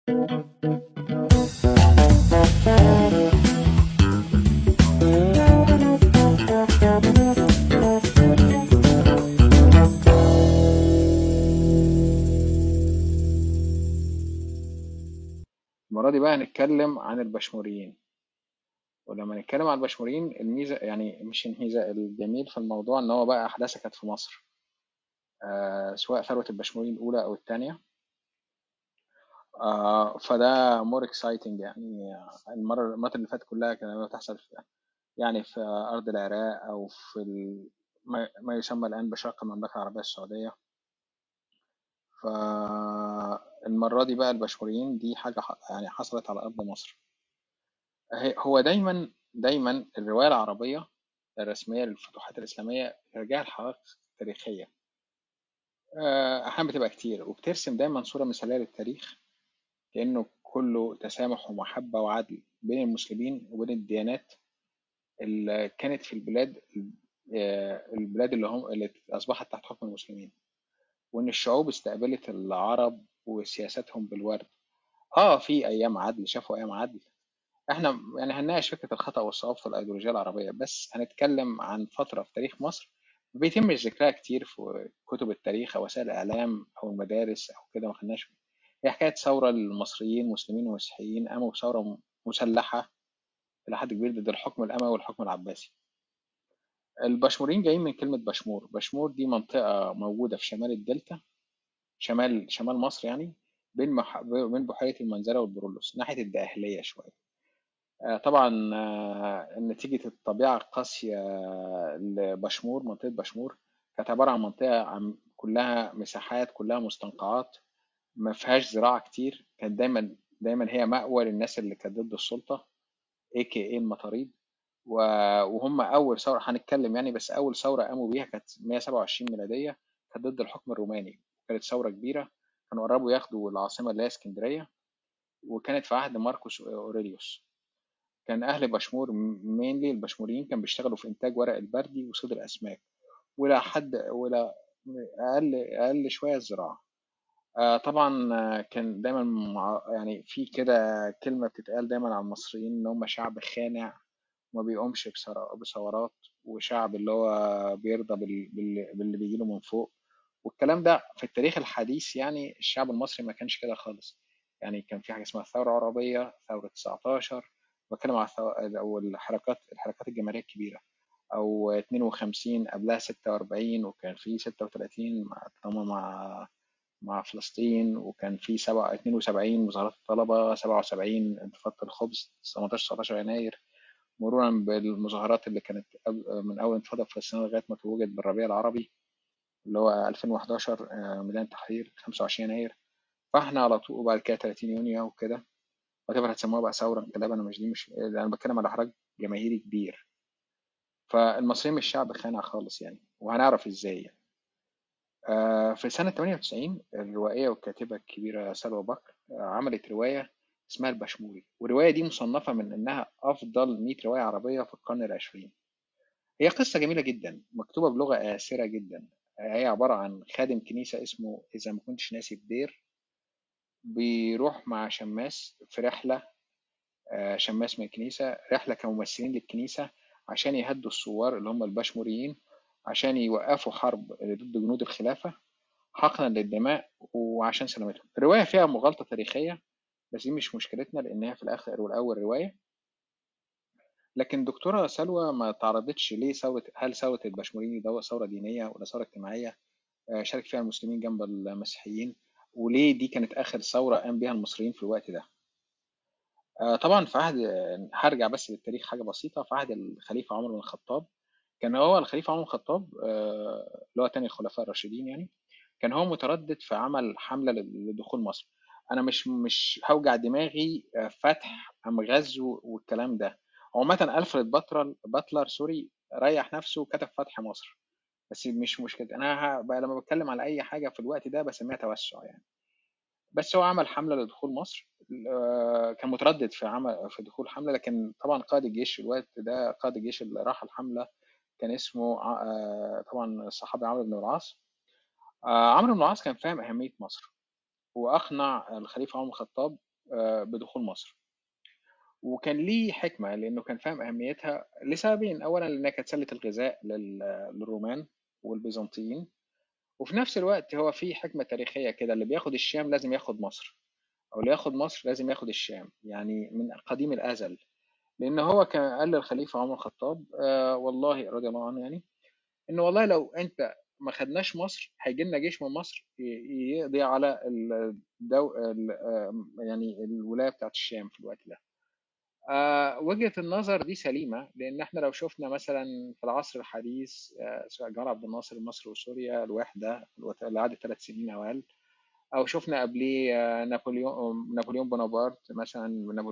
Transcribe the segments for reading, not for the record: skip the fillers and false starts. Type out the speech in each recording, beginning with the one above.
المرة دي بقى هنتكلم عن البشموريين. ولما نتكلم عن البشموريين، الميزة يعني مش الميزة، الجميل في الموضوع ان هو بقى احداثها كانت في مصر. سواء ثورة البشموريين الاولى او الثانية. فده مور اكسايتنج يعني. المرات اللي فاتت كلها كانت بتحصل يعني في ارض العراق او في ما يسمى الان بشرق المملكة العربية السعودية. فالمرة دي بقى البشموريين دي حاجة يعني حصلت على ارض مصر. هو دايما الرواية العربية الرسمية للفتوحات الإسلامية ترجع لحقائق تاريخية. أحيانا بتبقى كتير وبترسم دايما صورة مثالية للتاريخ، كأنه كله تسامح ومحبة وعدل بين المسلمين وبين الديانات اللي كانت في البلاد اللي أصبحت تحت حكم المسلمين، وإن الشعوب استقبلت العرب وسياستهم بالورد. في أيام عدل، شافوا أيام عدل. احنا يعني هنناقش فكرة الخطأ والصواب في الأيديولوجية العربية، بس هنتكلم عن فترة في تاريخ مصر ما بيتمش ذكرها كتير في كتب التاريخ أو وسائل الإعلام أو المدارس أو كده، ما خدناش. هي حكاية ثورة المصريين مسلمين ومسيحيين قاموا بثورة مسلحة إلى حد كبير ضد الحكم الأموي والحكم العباسي. البشموريين جايين من كلمة بشمور. بشمور دي منطقة موجودة في شمال الدلتا، شمال مصر يعني، بين بحيرة المنزلة والبرولوس ناحية الدقهلية شوية. طبعا نتيجة الطبيعة القاسية لبشمور. منطقة بشمور كانت عبارة عن منطقة كلها مساحات، كلها مستنقعات، ما فيهاش زراعة كتير. كانت دايما هي مأوى للناس اللي كانت ضد السلطة، AKA المطاريد. وهم أول ثورة هنتكلم يعني، بس أول ثورة قاموا بيها كانت 127 ميلادية، كانت ضد الحكم الروماني. كانت ثورة كبيرة، كانوا قربوا ياخدوا العاصمة اللي هي اسكندرية، وكانت في عهد ماركوس أوريليوس. كان أهل بشمور مينلي البشموريين كانوا بيشتغلوا في إنتاج ورق البردي وصيد الأسماك، ولا أقل شوية الزراعة. طبعا كان دايما يعني في كده كلمة بتتقال دايما عن المصريين إن هم شعب خانع وما بيقومش بثورات، وشعب اللي هو بيرضى باللي بيجيله من فوق. والكلام ده في التاريخ الحديث يعني الشعب المصري ما كانش كده خالص. يعني كان في حاجة اسمها الثورة العربية، ثورة 19، بتكلم على أو الحركات الجماهيرية الكبيرة، أو 52 قبلها 46، وكان في 36 مع فلسطين، وكان في 72 مظاهرات الطلبة، 77 انتفاضة الخبز، 18 19 يناير، مرورا بالمظاهرات اللي كانت من أول انتفاضة في فلسطين لغاية ما توجد بالربيع العربي اللي هو 2011، ميدان التحرير، 25 يناير. فاحنا على طول، وبعد كده 30 يونيو وكده. وتبقى هتسموها بقى ثورة انقلاب، أنا مش دي مش أنا بتكلم على حراك جماهيري كبير. فالمصريين مش شعب خانع خالص يعني، وهنعرف ازاي يعني. في سنة 98 الروائية والكاتبة الكبيرة سلوى بكر عملت رواية اسمها البشموري، والرواية دي مصنفة من إنها أفضل 100 رواية عربية في القرن العشرين. هي قصة جميلة جدا، مكتوبة بلغة آسرة جدا. هي عبارة عن خادم كنيسة اسمه، إذا ما كنتش ناسي، بدير، بيروح مع شماس في رحلة. شماس من الكنيسة رحلة كممثلين للكنيسة عشان يهدوا الثوار اللي هم البشموريين، عشان يوقفوا حرب ضد جنود الخلافة حقنا للدماء وعشان سلامتهم. الرواية فيها مغالطة تاريخية، بس دي مش مشكلتنا لأنها في الآخر والأول رواية. لكن دكتورة سلوى ما تعرضتش ليه هل ثورة البشموليني ده ثورة دينية ولا ثورة اجتماعية شارك فيها المسلمين جنب المسيحيين، وليه دي كانت آخر ثورة قام بها المصريين في الوقت ده. طبعا في عهد، هرجع بس للتاريخ حاجة بسيطة. في عهد الخليفة عمر بن الخطاب، كان هو الخليفة عمر بن الخطاب اللي هو تاني الخلفاء الراشدين يعني، كان هو متردد في عمل حملة لدخول مصر. أنا مش هوجع دماغي فتح أم غزو والكلام ده. عامة ألفريد باتلر سوري ريح نفسه وكتب فتح مصر، بس مش مشكلة. أنا بقى لما بتكلم على أي حاجة في الوقت ده بسميها توسع يعني. بس هو عمل حملة لدخول مصر. كان متردد في دخول حملة، لكن طبعا قائد الجيش في الوقت ده، قائد الجيش اللي راح الحملة كان اسمه طبعا الصحابي عمرو بن العاص. عمرو بن العاص كان فاهم أهمية مصر، وأقنع الخليفة عمر بن الخطاب بدخول مصر. وكان ليه حكمة لأنه كان فاهم أهميتها لسببين: أولا لأنها كانت سلة الغذاء للرومان والبيزنطيين، وفي نفس الوقت هو في حكمة تاريخية كده: اللي بياخد الشام لازم ياخد مصر، أو اللي ياخد مصر لازم ياخد الشام، يعني من قديم الأزل. لأن هو كان قال للخليفة عمر الخطاب والله رضي الله عنه يعني، إن والله لو أنت ما خدناش مصر هيجي لنا جيش من مصر يقضي على يعني الولاية بتاعت الشام في الوقت ده. وجهة النظر دي سليمة، لأن احنا لو شفنا مثلا في العصر الحديث سواء جمال عبد الناصر مصر وسوريا الوحدة اللي قعدت 3 سنين أو أقل، أو شفنا قبليه نابليون بونابرت مثلا.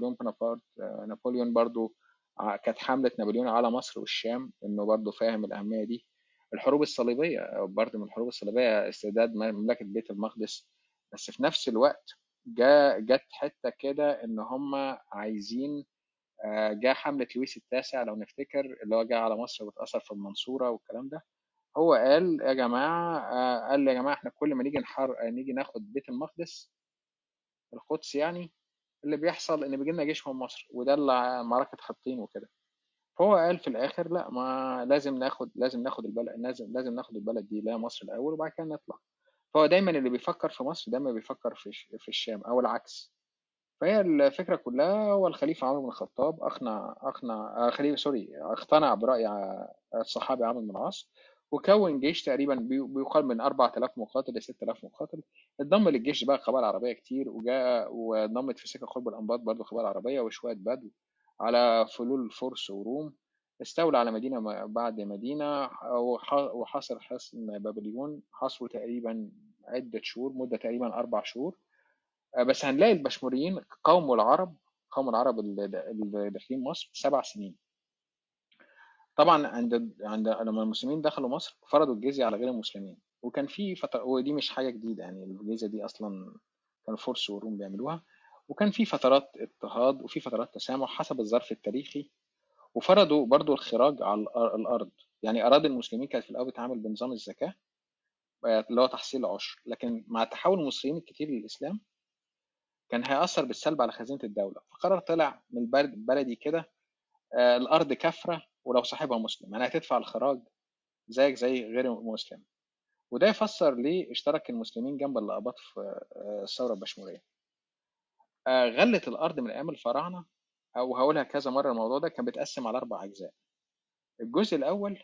نابليون برضو كانت حملة نابليون على مصر والشام، إنه برضو فاهم الأهمية دي. الحروب الصليبية برضو من الحروب الصليبية استرداد مملكة بيت المقدس. بس في نفس الوقت جت حتة كده إن هم عايزين جاء حملة لويس التاسع لو نفتكر، اللي هو جاء على مصر واتأثر في المنصورة والكلام ده. هو قال يا جماعة قال يا جماعة احنا كل ما نيجي نيجي ناخد بيت المقدس، القدس يعني، اللي بيحصل ان بيجي لنا جيش من مصر، وده اللي معركة حطين وكده. فهو قال في الاخر لا، ما لازم ناخد البلد، لازم ناخد البلد دي لا مصر الاول وبعد كده نطلع. فهو دايما اللي بيفكر في مصر دايما بيفكر في الشام او العكس. فهي الفكرة كلها، هو الخليفة عمرو بن الخطاب خليفة سوري اقتنع برأي الصحابي عمرو بن العاص، وكون جيش تقريبا بيقال من 4000 مقاتل ل 6000 مقاتل. اتضم للجيش بقى قبائل عربية كتير، وانضمت في سكة قرب الأنباط برضه قبائل عربية وشوية بدو على فلول فرس وروم. استولى على مدينة بعد مدينة، وحاصر حصن بابليون حاصره تقريبا عدة شهور، مدة تقريبا 4 شهور. بس هنلاقي البشموريين قوم العرب اللي داخلين مصر 7 سنين. طبعا لما المسلمين دخلوا مصر فرضوا الجزية على غير المسلمين، وكان في فترة، ودي مش حاجة جديدة يعني، الجزية دي أصلا كان الفرس والروم بيعملوها. وكان في فترات اضطهاد وفي فترات تسامح حسب الظرف التاريخي. وفرضوا برضو الخراج على الأرض. يعني أراضي المسلمين كانت في الأول بتتعامل بنظام الزكاة اللي هو تحصيل العشر، لكن مع تحول المسلمين الكتير للإسلام كان هيأثر بالسلب على خزينة الدولة. فقرر طلع من بلدي كده: الأرض كفرة ولو صاحبها مسلم، يعني هتدفع الخراج زيك زي غير المسلم. وده يفسر ليه اشترك المسلمين جنب الأقباط في الثورة البشمولية. غلة الأرض من أيام الفراعنة، أو هقولها كذا مرة، الموضوع ده كان بيتقسم على 4 أجزاء. الجزء الأول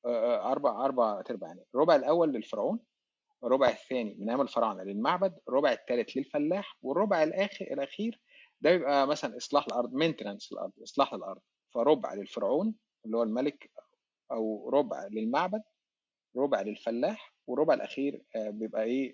أربع تربع، يعني الربع الأول للفرعون، الربع الثاني من ايام الفراعنه للمعبد، الربع الثالث للفلاح، والربع الاخير ده بيبقى مثلا اصلاح الارض، مينتنانس الارض، اصلاح الارض. فربع للفرعون اللي هو الملك، او ربع للمعبد، ربع للفلاح، والربع الاخير بيبقى ايه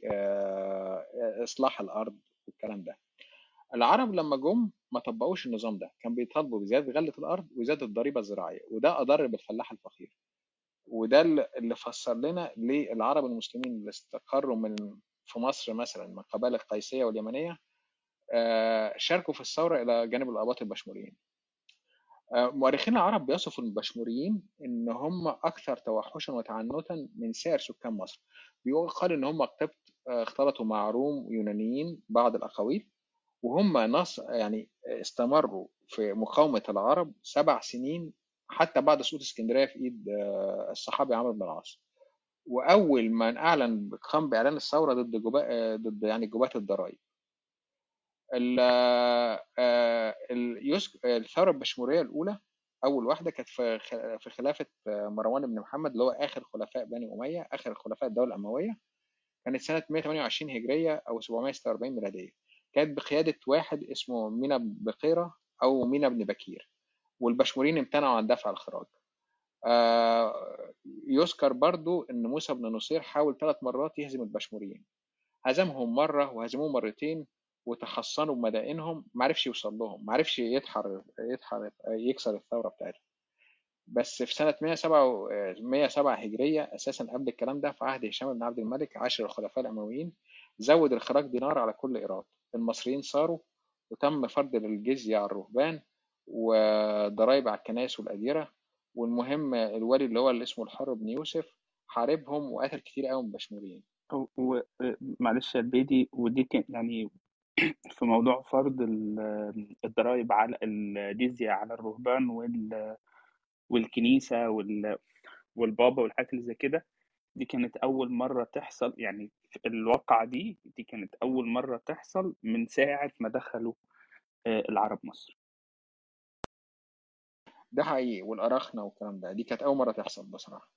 اصلاح الارض والكلام ده. العرب لما جم ما طبقوش النظام ده، كان بيطالبوا بزياده غله الارض وزياده الضريبه الزراعيه، وده اضر بالفلاح الفقير. وده اللي فسر لنا ليه العرب المسلمين اللي استقروا في مصر مثلا من قبائل القيسية واليمنية شاركوا في الثورة إلى جانب الآباط البشموليين. مؤرخين العرب بيصفوا البشموليين إن هم أكثر توحشا وتعنتا من سائر سكان مصر. بيقال إن هم قبط اختلطوا مع روم ويونانيين بعض الأقاويل، وهم نص يعني استمروا في مقاومة العرب 7 سنين، حتى بعد سقوط اسكندرية في إيد الصحابي عمرو بن العاص. واول ما اعلن قام باعلان الثوره ضد ضد يعني جبات الضرائب. الثوره البشموريه الاولى، اول واحده كانت في خلافه مروان بن محمد، اللي هو اخر خلفاء بني اميه، اخر خلفاء الدوله الامويه. كانت سنه 128 هجريه او 746 ميلاديه. كانت بقياده واحد اسمه مينا بقيره او مينا بن بكير، والبشموريين امتنعوا عن دفع الخراج. يذكر برضو ان موسى بن نصير حاول 3 مرات يهزم البشموريين، هزمهم مرة وهزموه مرتين، وتحصنوا بمدائنهم، معرفش يوصل لهم، معرفش يكسر الثورة بتاعتهم. بس في سنة 107 هجرية أساسا، قبل الكلام ده، في عهد هشام بن عبد الملك عاشر الخلفاء الأمويين، زود الخراج دينار على كل إيراد. المصريين صاروا، وتم فرض الجزية على الرهبان، وضرائب على الكنائس والأديرة. والمهم الولي اللي هو اللي اسمه الحر بن يوسف حاربهم وقتل كتير قوي من البشموليين. معلش يا البيدي، ودي كان يعني في موضوع فرض الضرائب على الجزية على الرهبان والكنيسة والبابا والحاجات اللي زي كده. دي كانت أول مرة تحصل، يعني الواقعة دي كانت أول مرة تحصل من ساعة ما دخلوا العرب مصر. ده حقيقي، والأراخنة والكلام ده، دي كانت أول مرة تحصل بصراحة.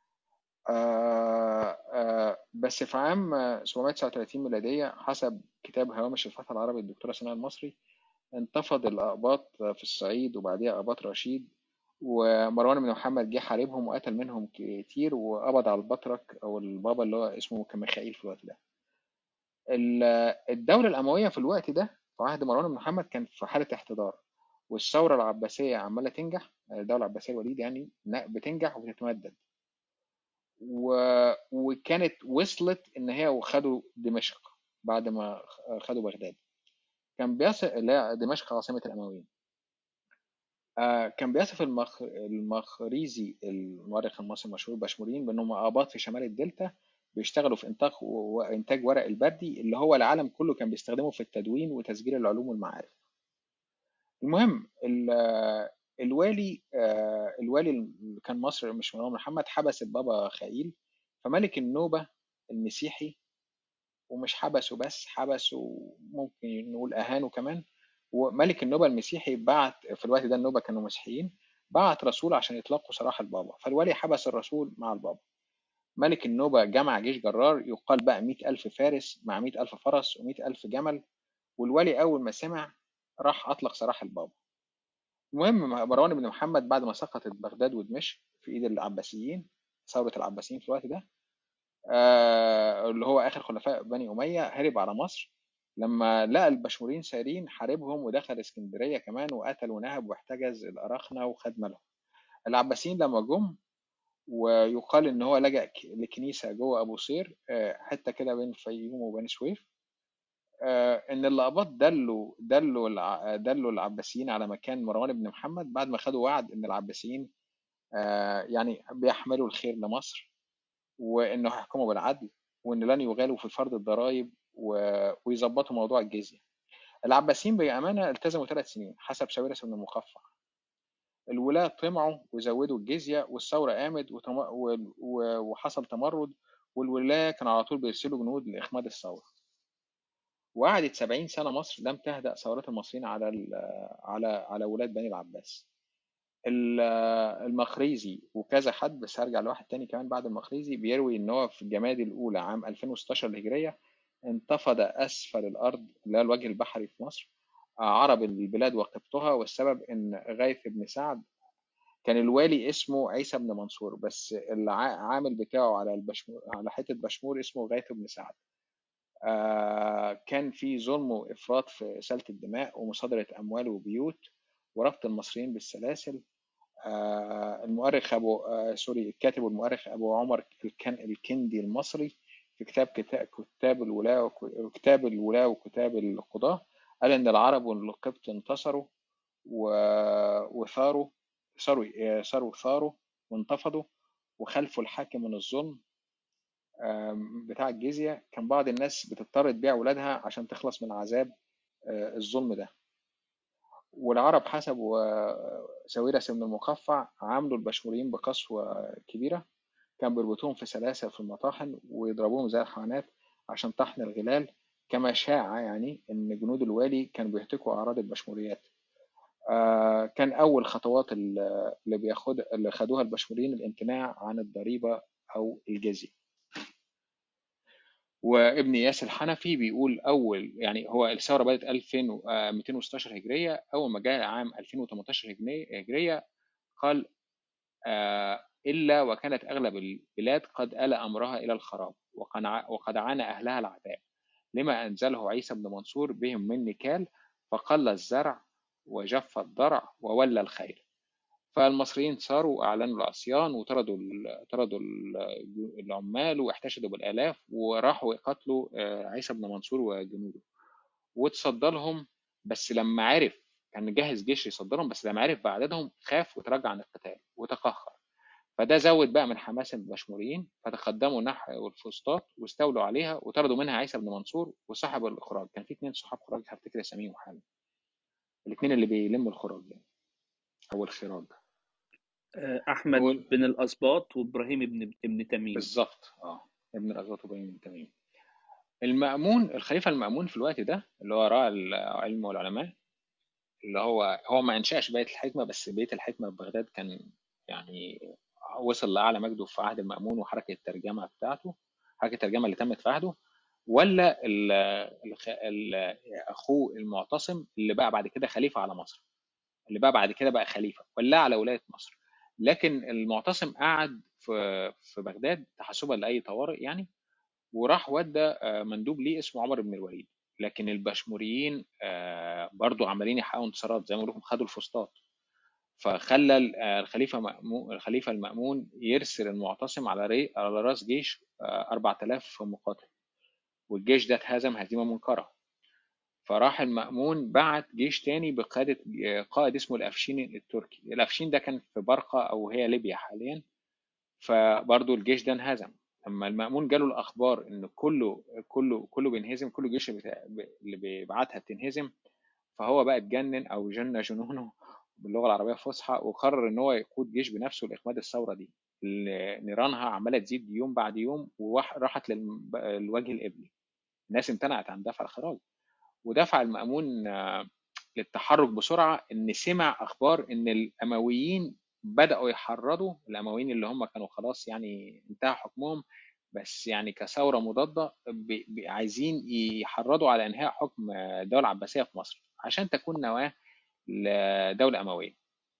بس في عام 739 ميلادية حسب كتاب هوامش الفتح العربي الدكتور سناء المصري، انتفض الأقباط في الصعيد وبعديها أقباط رشيد، ومروان بن محمد جه حاربهم وقتل منهم كتير وقبض على البطرك أو البابا اللي هو اسمه كان ميخائيل في الوقت ده. الدولة الأموية في الوقت ده في عهد مروان بن محمد كان في حالة احتضار، والثورة العباسية عمالة تنجح، الدولة العباسية الوليد يعني بتنجح وبتتمدد، وكانت وصلت ان هي وخدوا دمشق بعد ما خدوا بغداد. كان بيصف، لا دمشق عاصمة الأمويين. كان بيصف المخريزي المؤرخ المصري المشهور باشمورين بأنهم آباط في شمال الدلتا بيشتغلوا في إنتاج ورق البردي اللي هو العالم كله كان بيستخدمه في التدوين وتسجيل العلوم والمعارف. المهم الوالي اللي كان مصر مش مروان محمد حبس البابا خليل، فملك النوبة المسيحي، ومش حبسه بس، حبسه ممكن نقول أهانه كمان. وملك النوبة المسيحي بعت في الوقت ده، النوبة كانوا مسيحيين، بعت رسول عشان يطلقوا سراح البابا، فالوالي حبس الرسول مع البابا. ملك النوبة جمع جيش جرار يقال بقى 100,000 فارس مع 100,000 فرس و100,000 جمل، والوالي أول ما سمع راح أطلق سراح البابا. المهم مروان بن محمد بعد ما سقطت بغداد ودمشق في ايد العباسيين، ثورة العباسيين في الوقت ده، اللي هو آخر خلفاء بني أمية، هرب على مصر. لما لقى البشمورين سارين حاربهم ودخل اسكندرية كمان وقتل ونهب واحتجز الأراخنة وخد مالهم. العباسيين لما جم، ويقال إن هو لجأ لكنيسة جوه أبو سير، حتة كده بين الفيوم وبني سويف، ان اللقباط دلوا العباسيين على مكان مروان بن محمد بعد ما خدوا وعد ان العباسيين يعني بيحملوا الخير لمصر، وانه هيحكموا بالعدل، وان لن يغالوا في فرض الضرائب ويظبطوا موضوع الجزيه. العباسيين بامانه التزموا 3 سنين حسب ساويرس بن المقفع. الولاة طمعوا وزودوا الجزيه والثوره قامت وحصل تمرد، والولاة كانوا على طول بيرسلوا جنود لاخماد الثوره. وقعدت 70 سنة مصر لم تهدأ ثورات المصريين على ولاد بني العباس. المخريزي وكذا حد، بس هرجع لواحد تاني كمان بعد المخريزي، بيروي ان هو في جمادي الاولى عام 2016 الهجرية انتفض اسفل الارض اللي هو الوجه البحري في مصر عرب البلاد وقبطها، والسبب ان غيث بن سعد كان الوالي اسمه عيسى بن منصور، بس العامل بتاعه على على حتة بشمور اسمه غيث بن سعد. كان في ظلم وإفراط في سلة الدماء ومصادرة أموال وبيوت وربط المصريين بالسلاسل. المؤرخ أبو سوري الكاتب والمؤرخ أبو عمر الكندي المصري في كتاب الولاة وكتاب الولاة وكتاب القضاة قال إن العرب والقبط انتصروا وثاروا، ثاروا وانتفضوا وخلفوا الحاكم من الظلم بتاع الجزية. كان بعض الناس بتضطر تبيع ولادها عشان تخلص من عذاب الظلم ده. والعرب حسب ساويرس بن المقفع عاملوا البشموريين بقسوة كبيرة، كان بيربطوهم في سلاسل في المطاحن ويضربوهم زي الحيوانات عشان طحن الغلال. كما شاع يعني ان جنود الوالي كانوا بيهتكوا اعراض البشموريات. كان اول خطوات اللي خدوها البشموريين الامتناع عن الضريبة او الجزية. وابن اياس الحنفي بيقول اول، يعني هو الثوره بدات 2216 هجريه، اول ما جاء عام 2018 هجريه قال الا وكانت اغلب البلاد قد آل امرها الى الخراب وقد عانى اهلها العذاب لما انزله عيسى بن منصور بهم من نكال، فقل الزرع وجف الضرع وولى الخيل. فالمصريين صاروا واعلنوا العصيان وطردوا العمال واحتشدوا بالالاف وراحوا يقتلوا عيسى بن منصور وجنوده وتصدى لهم. بس لما عرف كان جهز جيش يصدرهم، بس لما عرف بعددهم خاف وتراجع عن القتال وتقهقر. فده زود بقى من حماس البشموريين، فتقدموا نحو الفسطاط واستولوا عليها وطردوا منها عيسى بن منصور وصاحب الإخراج. كان في اتنين صحاب خراج هفتكر اساميهم حالا، الاتنين اللي بيلموا الخراج يعني أو الخراج. احمد بن الاسباط وابراهيم ابن تميم. بالظبط اه، ابن الأزوات وبني بن تميم. المأمون، الخليفة المأمون في الوقت ده اللي هو راعي العلم والعلماء، اللي هو ما انشأش بيت الحكمة، بس بيت الحكمة في بغداد كان يعني وصل لأعلى مجده في عهد المأمون وحركة الترجمة بتاعته، حركة الترجمة اللي تمت في عهده. ولا أخوه المعتصم اللي بقى بعد كده خليفة على مصر، اللي بقى بعد كده بقى خليفة ولا على ولاية مصر. لكن المعتصم قعد في بغداد تحسبا لأي طوارئ يعني، وراح ودى مندوب ليه اسمه عمر بن الوليد. لكن البشموريين برضو عمالين يحققوا انتصارات، زي ما بقول لكم خدوا الفسطاط. فخلى الخليفة المأمون يرسل المعتصم على راس جيش 4000 مقاتل، والجيش ده اتهزم هزيمة منكرة. فراح المأمون بعت جيش تاني بقيادة قائد اسمه الأفشين التركي. الأفشين ده كان في برقة أو هي ليبيا حاليا. فبرضه الجيش ده انهزم. لما المأمون جاله الأخبار إن كله بينهزم، كل الجيش اللي بيبعتها بتنهزم، فهو بقى اتجنن أو جن جنونه باللغة العربية الفصحى، وقرر إن هو يقود جيش بنفسه لإخماد الثورة دي اللي نيرانها عمالة تزيد يوم بعد يوم، وراحت للوجه القبلي. الناس امتنعت عن دفع الخراج، ودفع المأمون للتحرك بسرعة. إن سمع أخبار إن الأمويين بدأوا يحرضوا، الأمويين اللي هم كانوا خلاص يعني انتهى حكمهم، بس يعني كثورة مضادة عايزين يحرضوا على إنهاء حكم الدولة العباسية في مصر عشان تكون نواة لدولة أموية.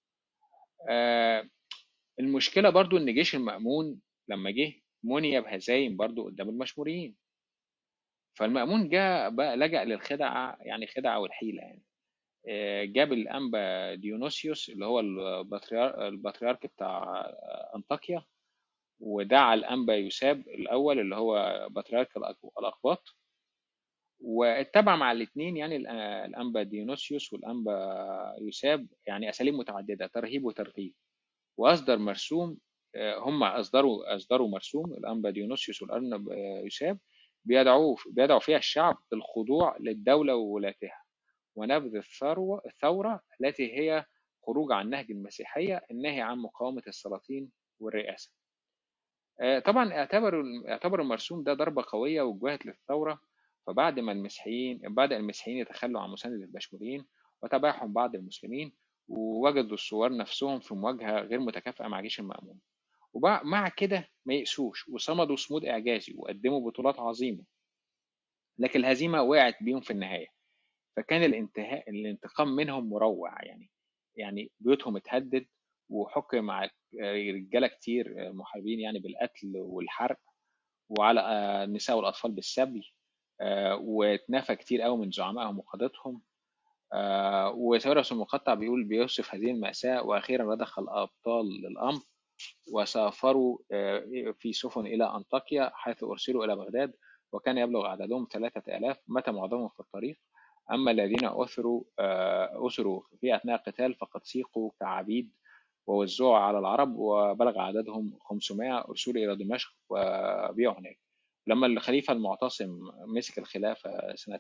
المشكلة برضو إن جيش المأمون لما جه مني بهزايم برضو قدام المشموريين. فالمأمون جاء بقى لجأ للخدعة، يعني خدعة والحيلة يعني. جاب الأنبا ديونوسيوس اللي هو البطريرك بتاع أنطاكيا، ودعا الأنبا يوساب الأول اللي هو بطريرك الأقباط، واتبع مع الاثنين يعني الأنبا ديونوسيوس والأنبا يوساب يعني أساليب متعددة، ترهيب وترغيب. وأصدر مرسوم. هم أصدروا مرسوم الأنبا ديونوسيوس والأنبا يوساب، بيدعوا فيها الشعب بالخضوع للدولة وولاتها، ونبذ الثورة التي هي خروج عن نهج المسيحية الناهي عن مقاومة السلاطين والرئاسة. طبعا اعتبروا المرسوم ده ضربة قوية وجهت للثورة. فبعد ما بدأ المسيحيين يتخلوا عن مساندة البشموليين، وتبعهم بعض المسلمين، ووجدوا الثوار نفسهم في مواجهة غير متكافئة مع جيش المأمون. ومع كده ما يأسوش وصمدوا صمود إعجازي وقدموا بطولات عظيمة، لكن الهزيمة وقعت بيهم في النهاية. فكان الانتقام منهم مروع يعني. يعني بيوتهم اتهدد، وحكم على رجاله كتير محاربين يعني بالقتل والحرق، وعلى النساء والاطفال بالسبي. واتنفى كتير قوي من زعمائهم وقادتهم. وسيرس المقطع بيوصف هذه المأساة: وأخيرا رضخ الأبطال للأمر وسافروا في سفن إلى أنطاكيا، حيث أرسلوا إلى بغداد، وكان يبلغ عددهم 3000، مات معظمهم في الطريق. أما الذين أسروا في أثناء القتال فقد سيقوا كعبيد ووزعوا على العرب، وبلغ عددهم 500، أرسلوا إلى دمشق وبيعوا هناك. لما الخليفة المعتصم مسك الخلافة سنة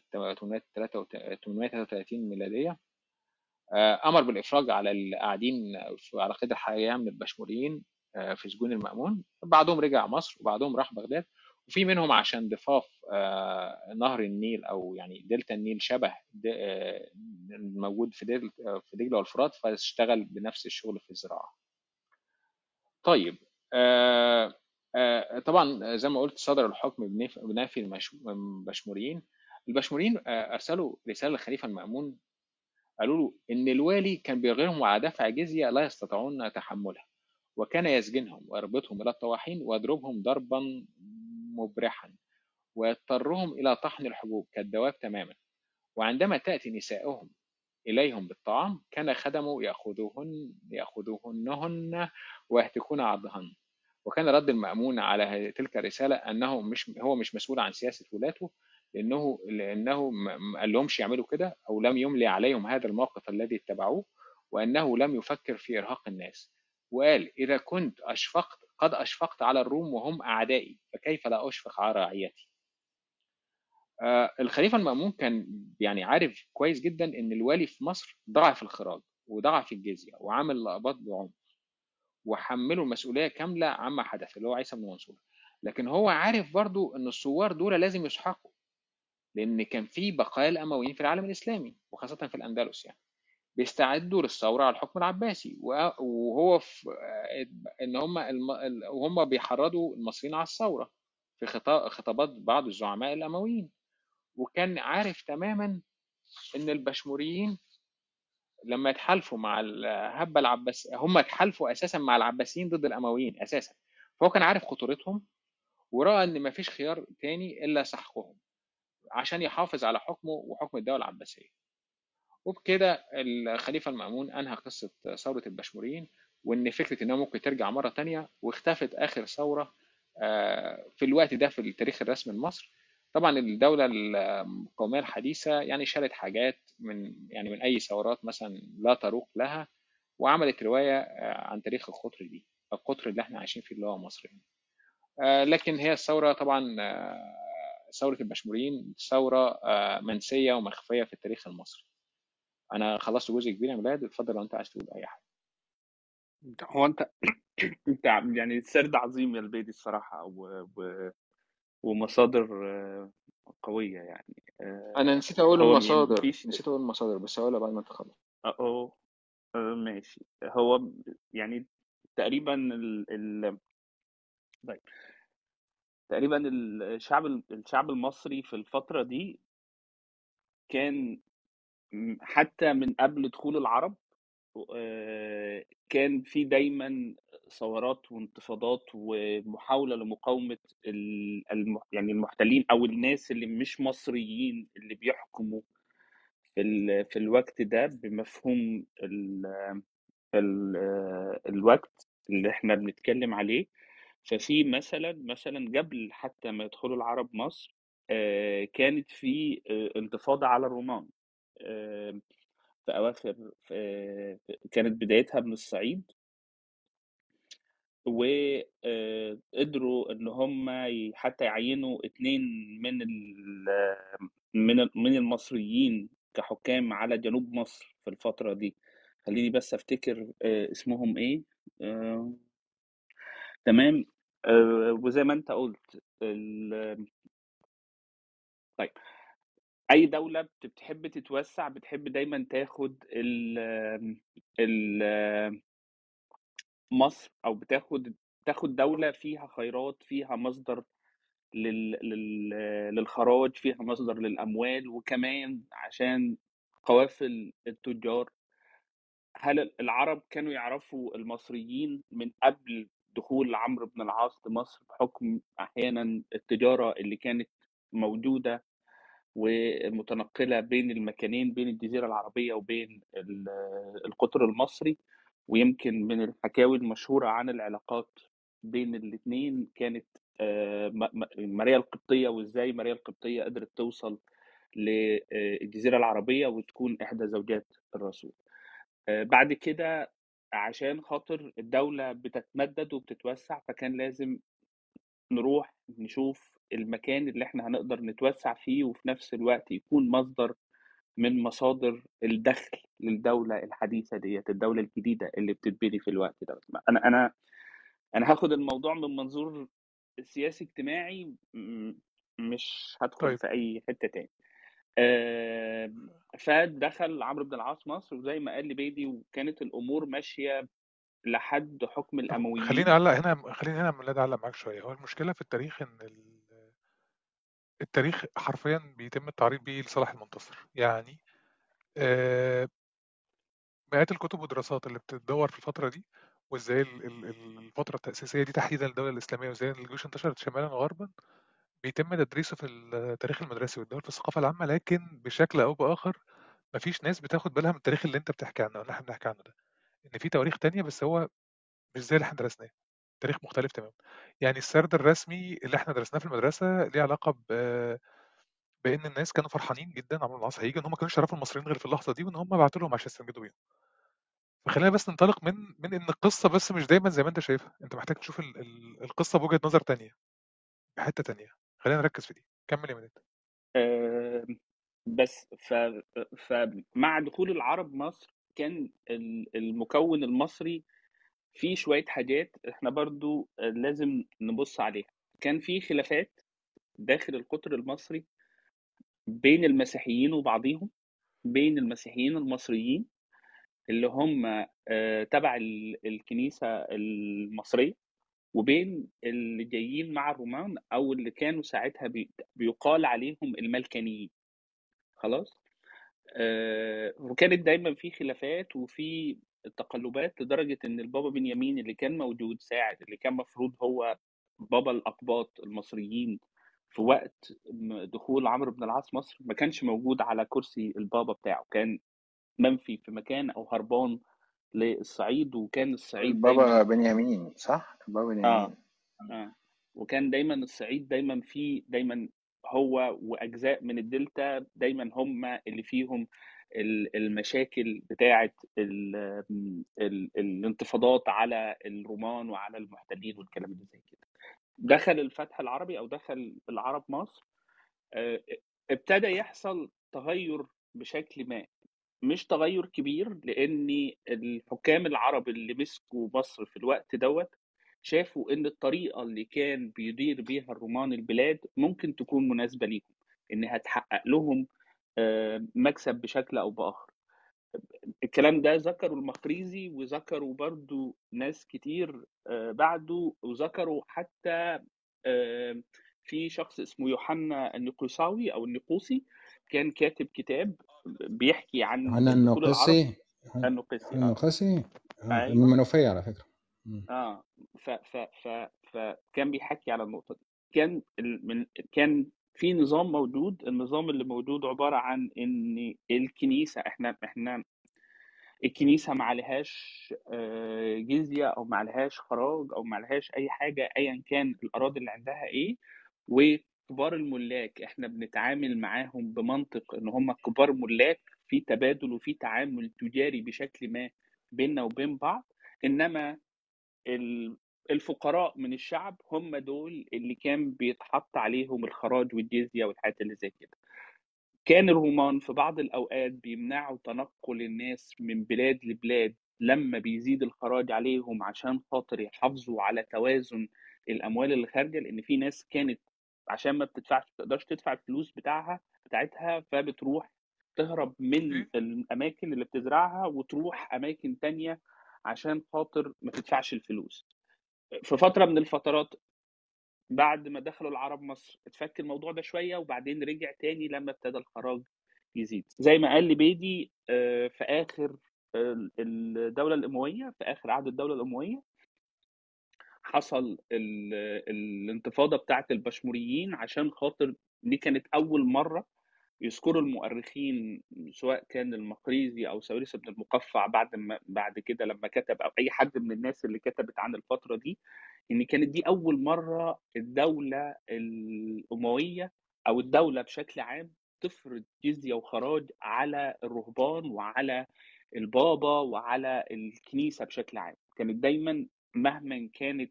833 ميلادية، أمر بالإفراج على القاعدين على قيد الحياة من البشموليين في سجون المأمون. بعضهم رجع مصر وبعضهم راح بغداد، وفي منهم عشان ضفاف نهر النيل أو يعني دلتا النيل شبه الموجود في دجلة والفرات، فاشتغل بنفس الشغل في الزراعة. طيب طبعا زي ما قلت صدر الحكم بنفي البشموريين. البشموريين أرسلوا رسالة للخليفة المأمون، قالوا له إن الوالي كان بيغيرهم على دفع جزية لا يستطيعون تحملها، وكان يسجنهم ويربطهم إلى الطواحين ويضربهم ضربا مبرحا، ويضطرهم إلى طحن الحبوب كالدواب تماما. وعندما تأتي نساؤهم إليهم بالطعام كان خدموا يأخذوهن ويهتكون عرضهن. وكان رد المأمون على تلك الرسالة أنه هو مش مسؤول عن سياسة ولاته، لأنه ما قال لهمش يعملوا كده أو لم يملي عليهم هذا الموقف الذي اتبعوه، وأنه لم يفكر في إرهاق الناس. وقال: إذا كنت قد أشفقت على الروم وهم أعدائي، فكيف لا أشفق على رعيتي؟ الخليفة المأمون كان يعني عارف كويس جدا إن الوالي في مصر ضعف الخراج وضعف الجزية وعامل لقبات بعنف، وحمله المسؤولية كاملة عما حدث، اللي هو عيسى بن منصور. لكن هو عارف برضو إن الثوار دول لازم يسحقوا، لأن كان في بقايا الأمويين في العالم الإسلامي وخاصة في الأندلس، يعني بيستعدوا للثورة على الحكم العباسي، وهو في إن هم وهم بيحرضوا المصريين على الثورة في خطابات بعض الزعماء الأمويين. وكان عارف تماما إن البشموريين لما يتحالفوا مع الهبة العباس، هم اتحالفوا أساسا مع العباسيين ضد الأمويين أساسا. فهو كان عارف خطورتهم، ورأى إن مفيش خيار تاني إلا سحقهم عشان يحافظ على حكمه وحكم الدولة العباسية. وبكده الخليفة المأمون أنهى قصة ثورة البشموريين، وإن فكرة إنها ممكن ترجع مرة تانية، واختفت آخر ثورة في الوقت ده في التاريخ الرسمي لمصر. طبعا الدولة القومية الحديثة يعني شالت حاجات من أي ثورات مثلا لا تروق لها، وعملت رواية عن تاريخ القطر دي، القطر اللي احنا عايشين فيه اللي هو مصر هنا. لكن هي الثورة طبعا ثورة البشموريين ثورة منسية ومخفية في التاريخ المصري. انا خلصت جزء كبير يا ميلاد، اتفضل لو انت عايز تقول اي حاجه. هو انت انت يعني سرد عظيم يا البيدي الصراحة، ومصادر قوية يعني. انا نسيت اقول هو المصادر، مفيش نسيت اقول المصادر، بس هقولها بعد ما تخلص. أهو. ماشي. هو يعني تقريبا طيب، تقريبا الشعب المصري في الفترة دي كان حتى من قبل دخول العرب كان في دايما ثورات وانتفاضات ومحاولة لمقاومة يعني المحتلين أو الناس اللي مش مصريين اللي بيحكموا في الوقت ده بمفهوم الوقت اللي احنا بنتكلم عليه. ففي مثلا قبل حتى ما يدخلوا العرب مصر كانت في انتفاضة على الرومان آه، في أواخر كانت بدايتها من الصعيد، وقدروا إن هم حتى يعينوا اتنين من من المصريين كحكام على جنوب مصر في الفترة دي. خليني بس أفتكر اسمهم إيه. آه، تمام. وزي ما أنت قلت طيب، أي دولة بتحب تتوسع بتحب دايما تاخد ال مصر، او تاخد دولة فيها خيرات، فيها مصدر للخراج، فيها مصدر للأموال، وكمان عشان قوافل التجار. هل العرب كانوا يعرفوا المصريين من قبل دخول عمرو بن العاص لمصر بحكم أحيانا التجارة اللي كانت موجودة ومتنقلة بين المكانين، بين الجزيرة العربية وبين القطر المصري؟ ويمكن من الحكاوي المشهورة عن العلاقات بين الاثنين كانت ماريا القبطية، وإزاي ماريا القبطية قدرت توصل للجزيرة العربية وتكون إحدى زوجات الرسول. بعد كده عشان خاطر الدولة بتتمدد وبتتوسع، فكان لازم نروح نشوف المكان اللي احنا هنقدر نتوسع فيه، وفي نفس الوقت يكون مصدر من مصادر الدخل للدولة الحديثة ديت، الدولة الجديدة اللي بتتبني في الوقت ده. أنا هاخد الموضوع من منظور سياسي اجتماعي، مش هدخل طيب في أي حتة تاني. فدخل عمرو بن العاص مصر، وزي ما قال لي بيدي، وكانت الأمور ماشية لحد حكم طب خليني الأمويين. اعلق هنا، خليني هنا ميلاد اعلق معاك شويه. هو المشكله في التاريخ ان التاريخ حرفيا بيتم التعريض بيه لصالح المنتصر. يعني آه، مئات الكتب والدراسات اللي بتدور في الفتره دي، وازاي الفتره التاسيسيه دي تحديدا للدوله الاسلاميه، وازاي الجيوش انتشرت شمالا وغربا، بيتم تدريسه في التاريخ المدرسي والدول في الثقافه العامه. لكن بشكل او باخر مفيش ناس بتاخد بالها من التاريخ اللي انت بتحكي عنه، اللي احنا بنحكي عنه ده، ان في تواريخ تانية بس هو مش زي اللي احنا درسناه، تاريخ مختلف تماما. يعني السرد الرسمي اللي احنا درسناه في المدرسه ليه علاقه بان الناس كانوا فرحانين جدا عمرو بن العاص هيجي، ان هم ما كانوش يعرفوا المصريين غير في اللحظه دي، وان هم بعتوا لهم عشان يستنجدوا بيهم. فخلينا بس ننطلق من إن القصة بس مش دايمًا زي ما أنت شايفها، أنت محتاج تشوف القصة بوجهة نظر تانية، بحتّة تانية، خلينا نركّز في دي، كمّل يا ميلاد. آه، بس فمع دخول العرب مصر كان المكون المصري فيه شوية حاجات احنا برضو لازم نبص عليها. كان في خلافات داخل القطر المصري بين المسيحيين وبعضهم، بين المسيحيين المصريين اللي هم تبع الكنيسة المصرية، وبين اللي جايين مع الرومان او اللي كانوا ساعتها بيقال عليهم الملكانيين. خلاص. وكانت دايما في خلافات وفي تقلبات لدرجة ان البابا بنيامين اللي كان موجود ساعد اللي كان مفروض هو بابا الأقباط المصريين في وقت دخول عمرو بن العاص مصر، ما كانش موجود على كرسي البابا بتاعه، كان منفي في مكان او هربان للصعيد. وكان الصعيد البابا دايما بنيامين، صح؟ البابا اه بنيامين. وكان دايما الصعيد دايما فيه دايما هو واجزاء من الدلتا دايما هم اللي فيهم المشاكل بتاعه الانتفاضات على الرومان وعلى المحتلين والكلام اللي زي كده. دخل الفتح العربي او دخل العرب مصر، ابتدى يحصل تغير بشكل ما، مش تغير كبير، لان الحكام العرب اللي مسكوا مصر في الوقت دوت شافوا ان الطريقه اللي كان بيدير بيها الرومان البلاد ممكن تكون مناسبه ليهم، ان هتحقق لهم مكسب بشكل او باخر. الكلام ده ذكروا المقريزي وذكروا برضو ناس كتير بعده، وذكروا حتى في شخص اسمه يوحنا النقوساوي او النقوسي، كان كاتب كتاب بيحكي عن هنا دخول العرب. النقصي. النقوسي النقصي من ايوه. المنوفية على فكرة. اه ف ف ف فكان بيحكي على النقطه دي. كان كان في نظام موجود، النظام اللي موجود عباره عن ان الكنيسه، احنا الكنيسه ما عليهاش جزيه او ما عليهاش خراج او ما عليهاش اي حاجه ايا كان الاراضي اللي عندها ايه. وكبار الملاك احنا بنتعامل معاهم بمنطق ان هم كبار ملاك، في تبادل وفي تعامل تجاري بشكل ما بيننا وبين بعض. انما الفقراء من الشعب هم دول اللي كان بيتحط عليهم الخراج والجزيه والحاجات اللي زي كده. كان الرومان في بعض الأوقات بيمنعوا تنقل الناس من بلاد لبلاد لما بيزيد الخراج عليهم، عشان خاطر يحافظوا على توازن الأموال اللي خارجة، لأن في ناس كانت عشان ما بتقدرش تدفع الفلوس بتاعتها، فبتروح تهرب من الأماكن اللي بتزرعها وتروح أماكن تانية عشان خاطر ما تدفعش الفلوس. في فترة من الفترات بعد ما دخلوا العرب مصر اتفك الموضوع ده شويه، وبعدين رجع تاني لما ابتدى الخراج يزيد. زي ما قال لي بيدي في اخر الدوله الامويه، في اخر عهد الدوله الامويه حصل الانتفاضه بتاعه البشموريين، عشان خاطر دي كانت اول مره يذكروا المؤرخين سواء كان المقريزي او ساويرس بن المقفع بعد كده لما كتب، او اي حد من الناس اللي كتبت عن الفتره دي، ان كانت دي اول مره الدوله الامويه او الدوله بشكل عام تفرض جزيه وخراج على الرهبان وعلى البابا وعلى الكنيسه بشكل عام. كانت دايما مهما كانت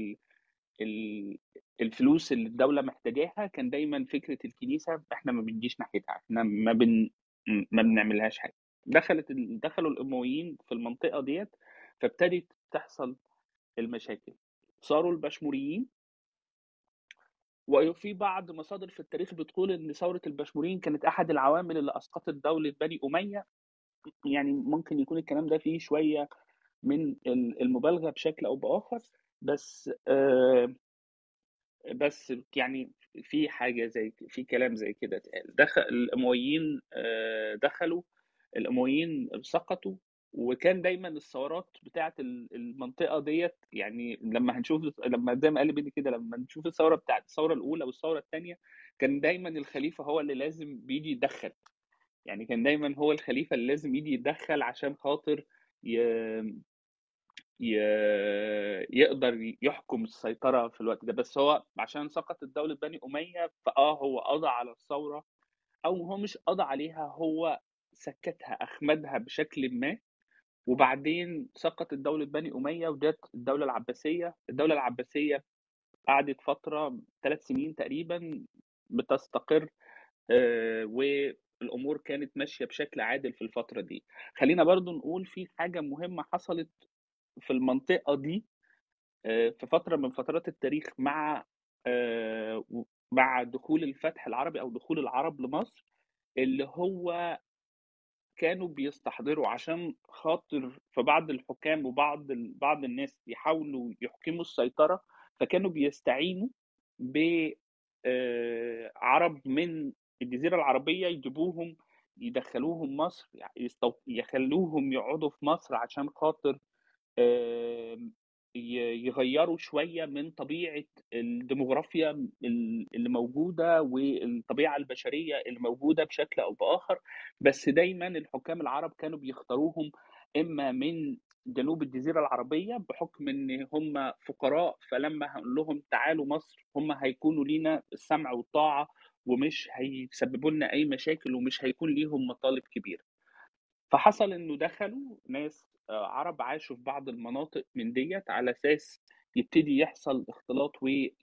الفلوس اللي الدوله محتاجاها، كان دايما فكره الكنيسه احنا ما بنجيش ناحيتها، احنا ما بنعملهاش حاجه. دخلوا الامويين في المنطقه ديت، فابتدت تحصل المشاكل. صاروا البشموريين، وفي بعض مصادر في التاريخ بتقول ان ثوره البشموريين كانت احد العوامل اللي اسقطت دوله بني اميه. يعني ممكن يكون الكلام ده فيه شويه من المبالغه بشكل او باخر، بس يعني في حاجه في كلام زي كده اتقال. دخل الامويين، دخلوا الامويين سقطوا. وكان دايما الثورات بتاعه المنطقه ديت، يعني لما زي ما قال بيدي كده، لما نشوف الثوره بتاعه الثوره الاولى والثوره الثانيه، كان دايما الخليفه هو اللي لازم بيجي يتدخل. يعني كان دايما هو الخليفه اللي لازم يجي يتدخل عشان خاطر يقدر يحكم السيطرة في الوقت ده. بس هو عشان سقطت دولة بني أمية هو قضى على الثورة، أو هو مش قضى عليها، هو سكتها أخمدها بشكل ما. وبعدين سقطت دولة بني أمية وجت الدولة العباسية. الدولة العباسية قعدت فترة 3 سنين تقريبا بتستقر، والأمور كانت ماشية بشكل عادل في الفترة دي. خلينا برضو نقول في حاجة مهمة حصلت في المنطقة دي في فترة من فترات التاريخ مع دخول الفتح العربي أو دخول العرب لمصر، اللي هو كانوا بيستحضروا عشان خاطر في بعض الحكام بعض الناس يحاولوا يحكموا السيطرة، فكانوا بيستعينوا بعرب من الجزيرة العربية، يجيبوهم يدخلوهم مصر، يخلوهم يقعدوا في مصر عشان خاطر يغيروا شوية من طبيعة الديموغرافيا اللي موجودة والطبيعة البشرية اللي موجودة بشكل أو بآخر. بس دايما الحكام العرب كانوا بيختاروهم إما من جنوب الجزيرة العربية بحكم إن هم فقراء، فلما هنقول لهم تعالوا مصر هم هيكونوا لينا السمع والطاعة ومش هيسببوا لنا أي مشاكل ومش هيكون ليهم مطالب كبيرة. فحصل انه دخلوا ناس عرب عاشوا في بعض المناطق من ديت على اساس يبتدي يحصل اختلاط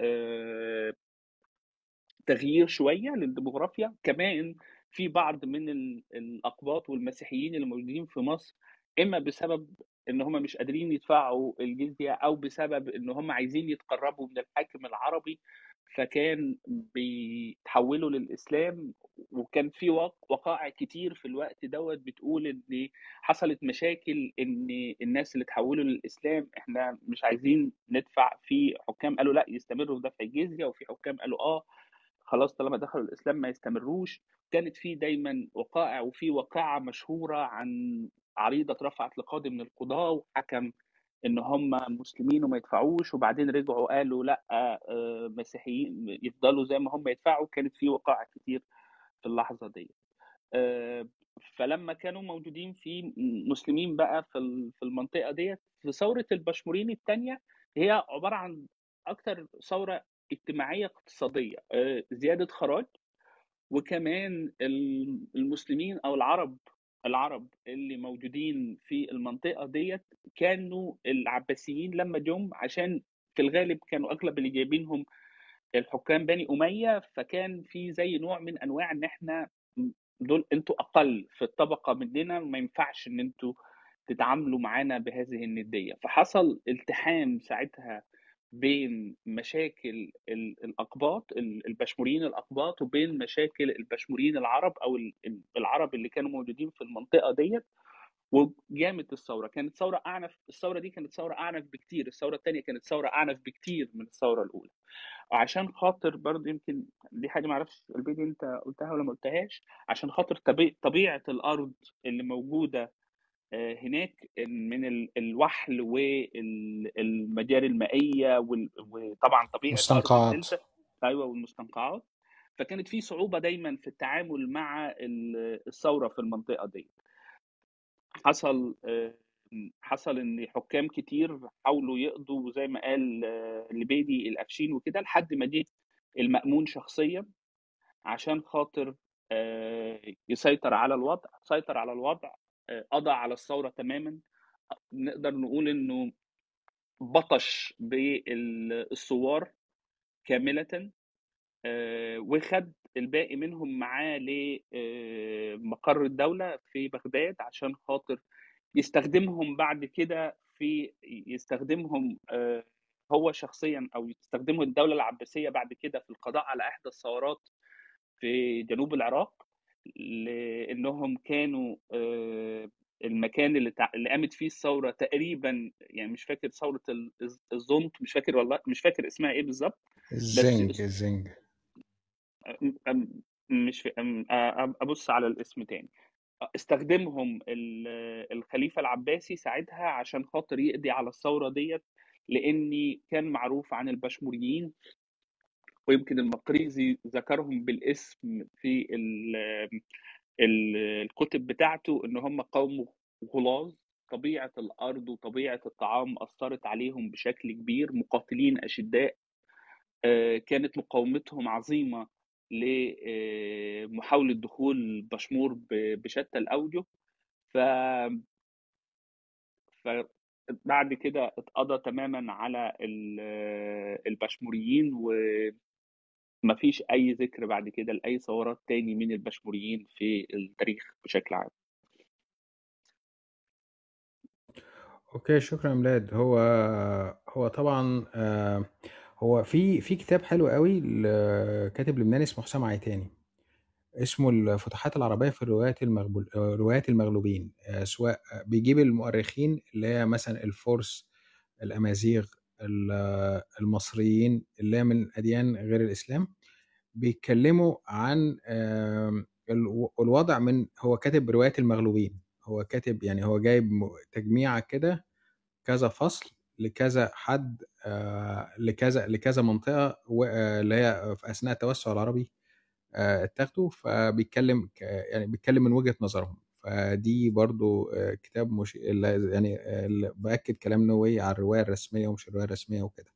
وتغيير شويه للديموغرافيا. كمان في بعض من الاقباط والمسيحيين اللي موجودين في مصر، اما بسبب ان هم مش قادرين يدفعوا الجزيه او بسبب ان هم عايزين يتقربوا من الحاكم العربي، فكان بيتحولوا للاسلام. وكان في وقائع كتير في الوقت دوت بتقول ان حصلت مشاكل، ان الناس اللي تحولوا للاسلام احنا مش عايزين ندفع. في حكام قالوا لا يستمروا في دفع الجزيه، وفي حكام قالوا خلاص طالما دخلوا الاسلام ما يستمروش. كانت في دايما وقائع، وفي واقعه مشهوره عن عريضه رفعت لقاضي من القضاه وحكم ان هم مسلمين وما يدفعوش، وبعدين رجعوا قالوا لا مسيحيين يفضلوا زي ما هم يدفعوا. كانت في وقائع كتير في اللحظه دي. فلما كانوا موجودين في مسلمين بقى في المنطقه ديت، في ثوره البشمورين الثانيه، هي عباره عن اكثر ثوره اجتماعيه اقتصاديه، زياده خراج. وكمان المسلمين او العرب اللي موجودين في المنطقه ديت كانوا العباسيين لما جم، عشان في الغالب كانوا اغلب اللي جايبينهم الحكام بني اميه، فكان في زي نوع من انواع ان احنا دول انتوا اقل في الطبقه مننا، وما ينفعش ان انتوا تتعاملوا معانا بهذه النديه. فحصل التحام ساعتها بين مشاكل الأقباط البشموريين الأقباط وبين مشاكل البشموريين العرب أو العرب اللي كانوا موجودين في المنطقة ديت. وجامت الثورة، كانت ثورة أعنف. الثورة دي كانت ثورة أعنف بكتير، الثورة الثانية كانت ثورة أعنف بكتير من الثورة الأولى. وعشان خاطر برضه يمكن دي حاجة معرفش البيدي أنت قلتها ولا ما قلتهاش، عشان خاطر طبيعة الأرض اللي موجودة هناك من الوحل والمجاري المائيه وطبعا طبيعه ارض مستنقعات. الدلتا. ايوه، والمستنقعات. فكانت في صعوبه دايما في التعامل مع الثوره في المنطقه دي. حصل حصل ان حكام كتير حاولوا يقضوا زي ما قال لبيدي القفشين وكده، لحد ما جه المأمون شخصيا عشان خاطر يسيطر على الوضع. سيطر على الوضع، قضى على الثوره تماما. نقدر نقول انه بطش بالثوار كاملة، وخد الباقي منهم معاه لمقر الدولة في بغداد عشان خاطر يستخدمهم بعد كده يستخدمهم هو شخصيا، او يستخدمه الدولة العباسية بعد كده في القضاء على احدى الثورات في جنوب العراق، لانهم كانوا المكان اللي قامت فيه الثوره تقريبا، يعني مش فاكر ثوره الزنط، مش فاكر والله، مش فاكر اسمها ايه بالظبط. بس الزنج. مش ابص على الاسم تاني. استخدمهم الخليفه العباسي ساعتها عشان خاطر يقضي على الثوره ديت، لاني كان معروف عن البشموريين، ويمكن المقريزي ذكرهم بالاسم في الكتب بتاعته، ان هم قوم غلاظ. طبيعه الارض وطبيعه الطعام اثرت عليهم بشكل كبير، مقاتلين اشداء، كانت مقاومتهم عظيمه لمحاوله دخول بشمور بشتى الاوجه. ف فبعد كده اتقضى تماما على البشموريين، ومفيش أي ذكر بعد كده لأي ثورات تاني من البشموريين في التاريخ بشكل عام. اوكي، شكرا يا ميلاد. هو طبعا هو في كتاب حلو قوي لكاتب لبناني اسمه حسام عيتاني، اسمه الفتوحات العربية في روايات المغلوبين. سواء بيجيب المؤرخين اللي هي مثلا الفرس، الأمازيغ، المصريين اللي هي من أديان غير الإسلام، بيتكلموا عن الوضع. هو كاتب روايات المغلوبين، هو كاتب يعني هو جايب تجميعة كده، كذا فصل لكذا حد، لكذا منطقة، اللي هي في أثناء التوسع العربي اتاخدوا. فبيتكلم يعني بيتكلم من وجهة نظرهم. فدي برضو كتاب مش يعني اللي بأكد كلام نووي على الرواية الرسمية ومش الرواية الرسمية وكده.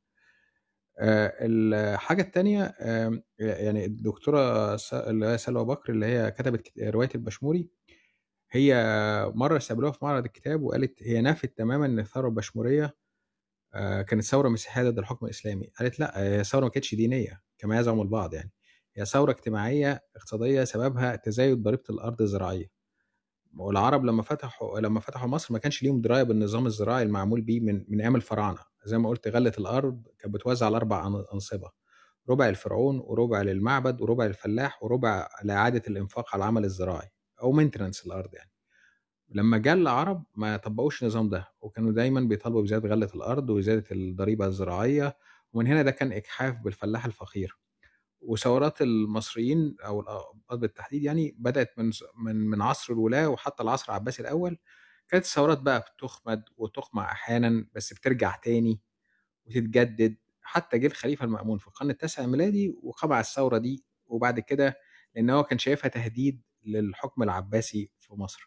الحاجة التانية، يعني الدكتورة اللي هي سلوى بكر، اللي هي كتبت رواية البشموري، هي مرة استقبلوها في معرض الكتاب وقالت هي نفت تماما ان الثورة البشمورية كانت ثورة مسيحية ضد الحكم الإسلامي. قالت لا، هي ثورة ما كانتش دينية كما يزعم البعض، يعني هي ثورة اجتماعية اقتصادية سببها تزايد ضريبة الأرض الزراعية. والعرب لما فتحوا مصر ما كانش ليهم دراية بالنظام الزراعي المعمول بيه من أيام الفراعنة. زي ما قلت، غلة الأرض كانت بتوزع على 4 أنصبة: ربع الفرعون، وربع للمعبد، وربع الفلاح، وربع لإعادة الإنفاق على العمل الزراعي أو مينترنس الأرض يعني. لما جاء العرب ما طبقوش النظام ده، وكانوا دايما بيطالبوا بزيادة غلة الأرض وزيادة الضريبة الزراعية، ومن هنا ده كان إجحاف بالفلاح الفقير. وثورات المصريين أو الأقباط بالتحديد يعني بدأت من عصر الولاة وحتى العصر العباسي الأول. كانت الثورات بقى بتخمد وتقمع أحيانا، بس بترجع تاني وتتجدد. حتى جه الخليفة المأمون في القرن التاسع الميلادي وقمع الثورة دي، وبعد كده لأن هو كان شايفها تهديد للحكم العباسي في مصر.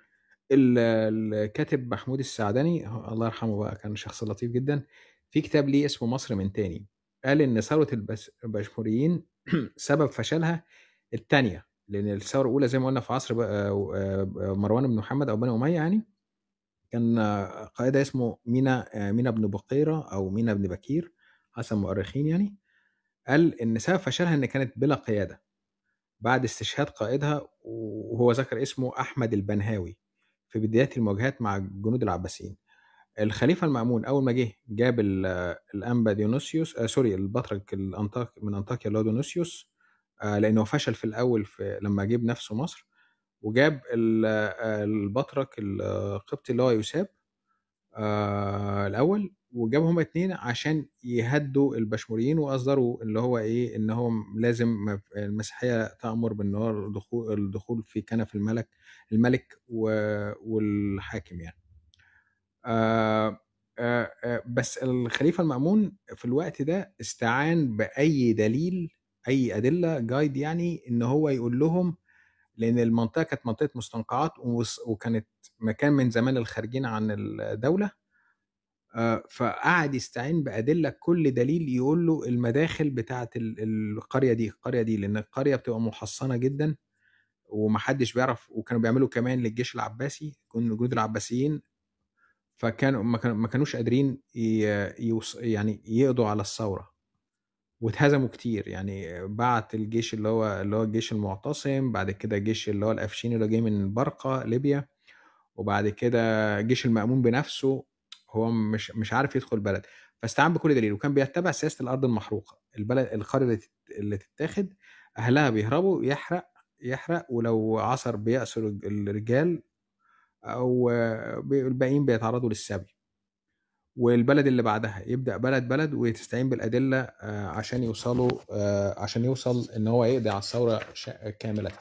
الكاتب محمود السعدني الله يرحمه بقى كان شخص لطيف جدا، في كتاب ليه اسمه مصر من تاني، قال ان ثوره البشموريين سبب فشلها الثانيه. لان الثوره الاولى زي ما قلنا في عصر مروان بن محمد او بني اميه يعني، كان قائد اسمه مينا بن بقيره او مينا بن بكير حسب مؤرخين يعني. قال ان سبب فشلها ان كانت بلا قياده بعد استشهاد قائدها، وهو ذكر اسمه أحمد البنهاوي في بدايات المواجهات مع الجنود العباسيين. الخليفة المأمون أول ما جه جاب الأنبا ديونيسيوس، البطرك من أنطاكيا اللي هو ديونيسيوس، لأنه فشل في الأول لما جيب نفسه مصر. وجاب البطرك القبطي اللي هو يوساب الأول، وجابهم هما 2 عشان يهدوا البشموريين، وأصدروا اللي هو إيه، إن هو لازم المسيحية تأمر بالنار الدخول في كنف الملك والحاكم يعني. بس الخليفة المأمون في الوقت ده استعان بأي دليل، أي أدلة جايد يعني، إن هو يقول لهم، لأن المنطقة كانت منطقة مستنقعات وكانت مكان من زمان الخارجين عن الدولة. فقعد يستعين بأدلة، كل دليل يقول له المداخل بتاعة القرية دي، لأن القرية بتبقى محصنة جدا ومحدش بيعرف. وكانوا بيعملوا كمان للجيش العباسي، الجنود العباسيين، فكانوا ما كانوش قادرين يعني يقضوا على الثورة، واتهزموا كتير يعني. بعت الجيش اللي هو الجيش المعتصم، بعد كده الجيش اللي هو الأفشيني اللي جاي من برقة ليبيا، وبعد كده جيش المأمون بنفسه هو مش عارف يدخل البلد. فاستعان بكل دليل، وكان بيتبع سياسة الأرض المحروقة. القرية اللي تتاخد أهلها بيهربوا، يحرق، ولو عصر بيأسر الرجال، أو الباقيين بيتعرضوا للسبي. والبلد اللي بعدها يبدأ بلد وتستعين بالأدلة عشان عشان يوصل إن هو يقضي على الثورة كاملة.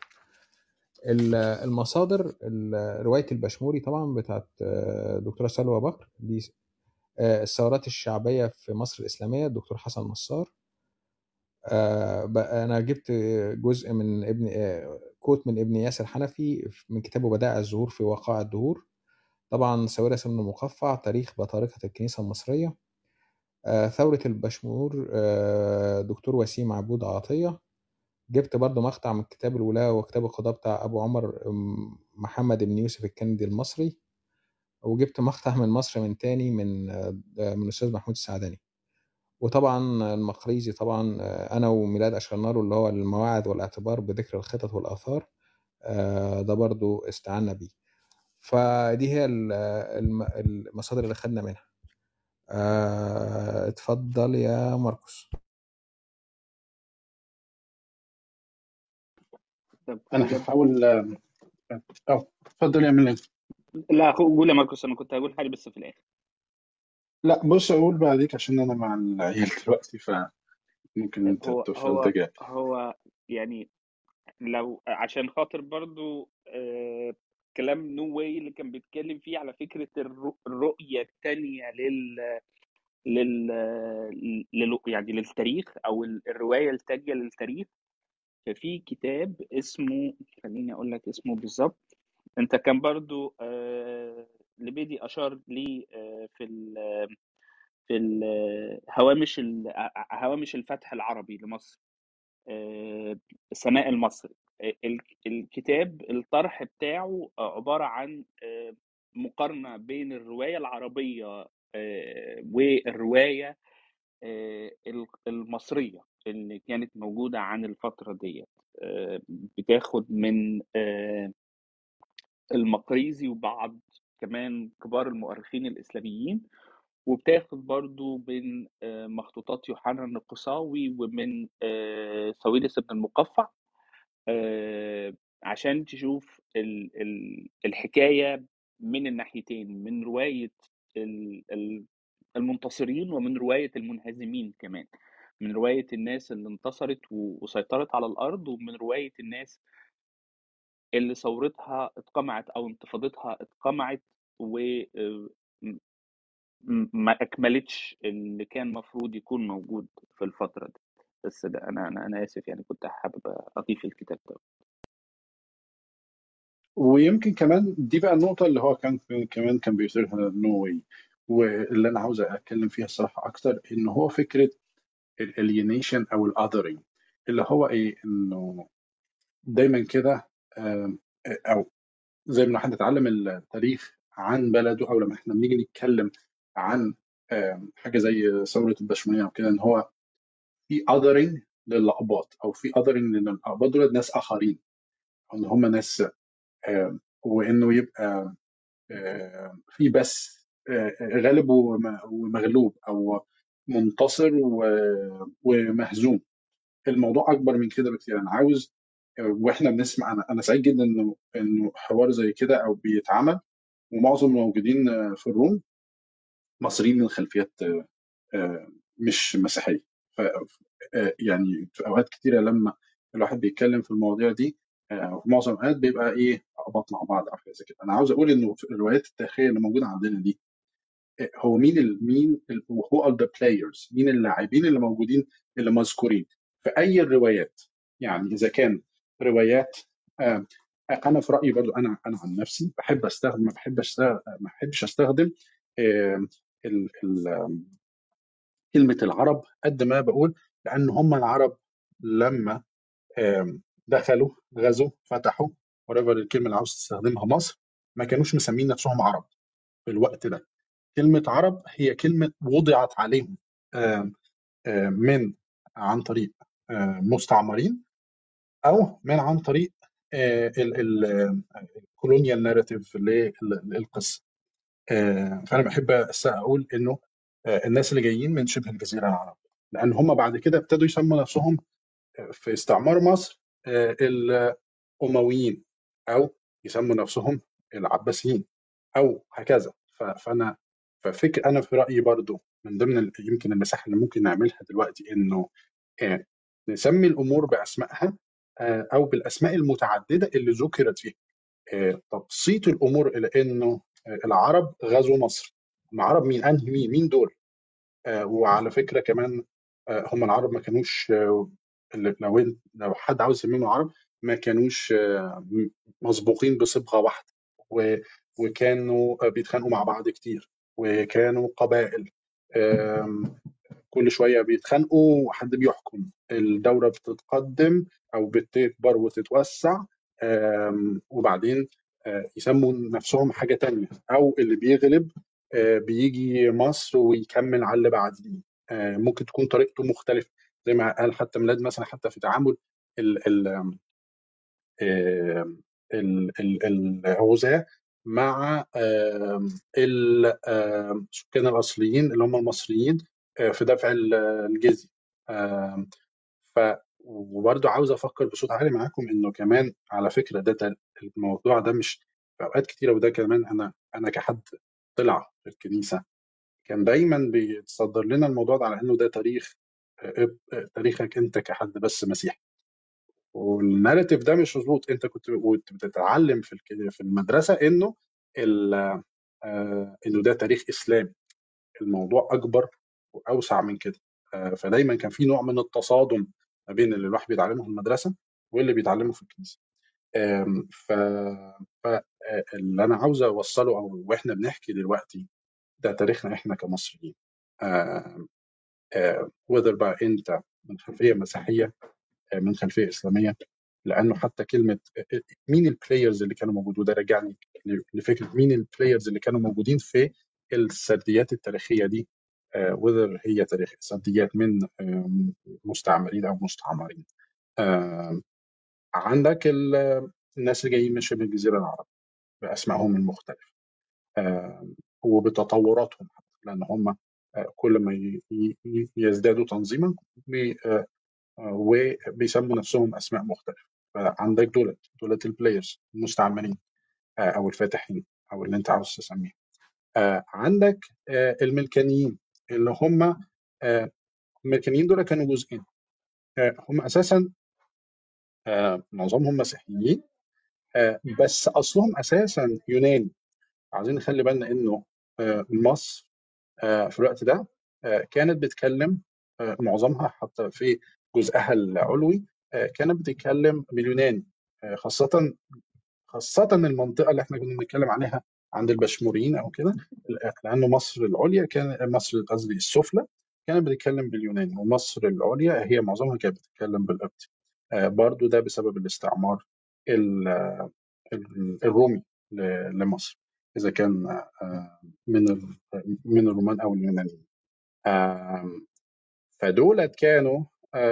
المصادر رواية البشموري طبعا بتاعت دكتورة سلوى بكر دي، الثورات الشعبية في مصر الإسلامية الدكتور حسن نصار. أنا جبت جزء من كوت من ابن ياسر حنفي من كتابه بدائع الزهور في وقائع الدهور. طبعا ساويرس بن مقفع تاريخ بطارقة الكنيسة المصرية. ثورة البشمور دكتور وسيم عبود عطية. جبت برضو مقطع من كتاب الولاة وكتاب القضاء بتاع أبو عمر محمد بن يوسف الكندي المصري. وجبت مقطع من مصر من تاني من الاستاذ محمود السعداني. وطبعا المقريزي طبعا انا وميلاد اشرنار اللي هو المواعظ والاعتبار بذكر الخطط والاثار، ده برضو استعنا بيه. فدي هي المصادر اللي خدنا منها. اتفضل يا ماركوس. طب انا هحاول اتفضل يا ميلاد. لا قول يا ماركوس، انا كنت هقول حاجه بس في الاخر. لا بص، اقول بعديك عشان انا مع العيال دلوقتي، فممكن انت هو تقف انت هو جاي. هو يعني لو عشان خاطر برضو كلام نو واي اللي كان بيتكلم فيه على فكرة الرؤية التانية يعني للتاريخ او الرواية التانية للتاريخ. ففي كتاب اسمه، خليني اقول لك اسمه بالظبط. انت كان برضو لبيدي اشار لي هوامش الفتح العربي لمصر، سماء المصري. الكتاب الطرح بتاعه عبارة عن مقارنة بين الرواية العربية والرواية المصرية اللي كانت موجودة عن الفترة دي. بتاخد من المقريزي وبعض كمان كبار المؤرخين الإسلاميين، وبتاخد برضو من مخطوطات يوحنا النقصاوي ومن سويدس بن المقفع، عشان تشوف الحكاية من الناحيتين، من رواية المنتصرين ومن رواية المنهزمين كمان، من رواية الناس اللي انتصرت وسيطرت على الأرض، ومن رواية الناس اللي ثورتها اتقمعت أو انتفاضتها اتقمعت ما أكملتش اللي كان مفروض يكون موجود في الفترة دي. بس ده أنا آسف يعني، كنت حابب أضيف الكتاب ده. ويمكن كمان دي بقى النقطة اللي هو كمان كان بيثيرها نو واي، واللي انا عاوز اتكلم فيها الصراحة اكتر، ان هو فكرة الالينيشن او الاذرنج، اللي هو ايه، انه دايما كده، او زي ما حد اتعلم التاريخ عن بلده، او لما احنا بنيجي نتكلم عن حاجه زي ثوره البشمونيه او كده، ان هو في اذرنج للاقباط، او في اذرنج لان الاقباط دول ناس اخرين، او ان هم ناس، وانه يبقى في بس غالب ومغلوب، او منتصر ومهزوم. الموضوع اكبر من كده بكتير. انا عاوز، واحنا بنسمع، انا سعيد جدا انه حوار زي كده او بيتعمل، ومعظم الموجودين في الروم مصريين من خلفيات مش مسيحيه. ف يعني في اوقات كتيره لما الواحد بيتكلم في المواضيع دي، في معظم الاوقات بيبقى ايه، عبط مع بعض او حاجه زي كده. انا عاوز اقول انه في الروايات التاريخيه اللي موجوده عندنا دي، هو هو ار ذا بلايرز، مين اللاعبين اللي موجودين اللي مذكورين في اي الروايات. يعني اذا كان روايات، آه، انا في رايي برضو، انا عن نفسي بحب استخدم، ما بحبش استخدم آه، كلمه العرب قد ما بقول، لان هم العرب لما دخلوا غزوا فتحوا whatever الكلمه اللي عاوز تستخدمها مصر، ما كانوش مسمين نفسهم عرب في الوقت ده. كلمة عرب هي كلمة وضعت عليهم من عن طريق مستعمرين، أو من عن طريق الكولونيال ناريتيف للقصة. فأنا بحب أقول إنه الناس اللي جايين من شبه الجزيرة العربية، لأن هم بعد كده ابتدوا يسموا نفسهم في استعمار مصر الأمويين، أو يسموا نفسهم العباسيين، أو هكذا. فأنا ففكر أنا في رأيي برضو من ضمن يمكن المساحة اللي ممكن نعملها دلوقتي، إنه آه، نسمي الأمور بأسمائها، أو بالأسماء المتعددة اللي ذكرت فيها. تبسيط الأمور إلى إنه العرب غزوا مصر. العرب مين؟ أنهي مين دول؟ وعلى فكرة كمان، هم العرب ما كانوش، لو حد عاوز يسميهم العرب، ما كانوش مسبوقين بصبغة واحدة، وكانوا بيتخانقوا مع بعض كتير، وكانوا قبائل، كل شوية بيتخانقوا وحد بيحكم، الدولة بتتقدم أو بتكبر وتتوسع، وبعدين يسموا نفسهم حاجة تانية، أو اللي بيغلب بيجي مصر ويكمل على اللي بعديه. ممكن تكون طريقته مختلفة، زي ما قال حتى ميلاد مثلا، حتى في تعامل ال- ال- آه، الغزاة مع السكان الأصليين اللي هم المصريين في دفع الجزية. آم، ف وبرضه عاوز افكر بصوت عالي معاكم انه كمان على فكره الموضوع ده مش في اوقات كتيره، وده كمان انا كحد طلع في الكنيسه كان دايما بيتصدر لنا الموضوع ده على انه ده تاريخ، تاريخك انت كحد بس مسيحي. والناريتيف ده مش مظبوط. انت كنت بتتعلم في المدرسه انه انه ده تاريخ اسلامي. الموضوع اكبر واوسع من كده. فدايما كان في نوع من التصادم ما بين اللي الواحد بيتعلمه في المدرسه واللي بيتعلمه في الكنيسه. آم، ف ف- اللي انا عاوز اوصله، او واحنا بنحكي دلوقتي، ده تاريخنا احنا كمصريين. وذر بقى انت من خلفيه مسيحيه، من خلفيه اسلاميه. لانه حتى كلمه مين البلايرز اللي كانوا موجودين، وده رجعني لفكره مين البلايرز اللي كانوا موجودين في السرديات التاريخيه دي. وذر هي تاريخ سرديات من مستعمرين او مستعمرين. آه، عندك الناس اللي جايين من شبه الجزيره العربيه باسمائهم المختلفه، وبتطوراتهم، لان هم كل ما يزدادوا تنظيما وبيسموا نفسهم اسماء مختلفه. فعندك دولة البلايرز المستعمرين او الفاتحين او اللي انت عاوز تسميه. عندك الملكانيين اللي هم الملكانيين دول كانوا جزئين. هم اساسا معظمهم مسيحيين، بس اصلهم اساسا يوناني. عايزين نخلي بالنا انه مصر في الوقت ده كانت بتتكلم، معظمها حتى في جزءها العلوي كانت بتتكلم باليوناني. خاصة المنطقة اللي احنا كنا بنتكلم عليها عند البشموريين او كده، لأنه مصر العليا مصر قصدي السفلى كانت بتتكلم باليوناني، ومصر العليا هي معظمها كانت بتتكلم بالقبطي. برضو ده بسبب الاستعمار الرومي لمصر، إذا كان من الرومان أو اليونانيين. آم، فدولت كانوا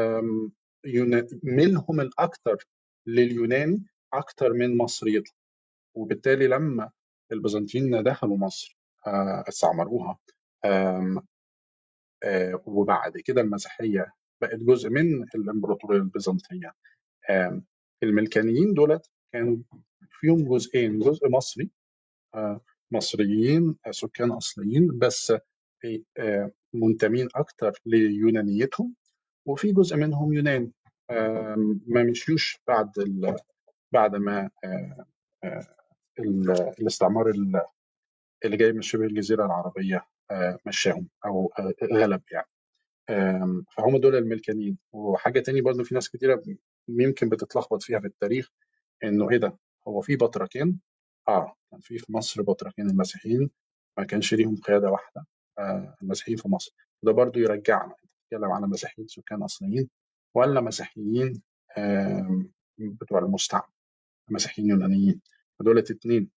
ميلهم الأكثر لليوناني أكثر من مصريتهم. وبالتالي لما البيزنطيين دخلوا مصر استعمروها، آم، وبعد كده المسيحية بقت جزء من الإمبراطورية البيزنطية. الملكانيين دولت كانوا فيهم جزئين: جزء مصري، مصريين سكان أصليين بس منتمين أكتر ليونانيتهم، وفي جزء منهم يوناني ما مشيوش بعد ما الاستعمار اللي جاي من شبه الجزيرة العربية مشاهم أو غلب يعني. فهم دول الملكانيين. وحاجة تاني برضه في ناس كتيرة يمكن بتتلخبط فيها في التاريخ، إنه إيه ده، هو في بطركين؟ كان في مصر بطركين المسيحيين، ما كانش ليهم قيادة واحدة. المسيحيين في مصر. ده برضو يرجعنا نتكلم على مسيحيين سكان أصليين ولا مسيحيين بتوع المستعمر، مسيحيين يونانيين. دول اتنين.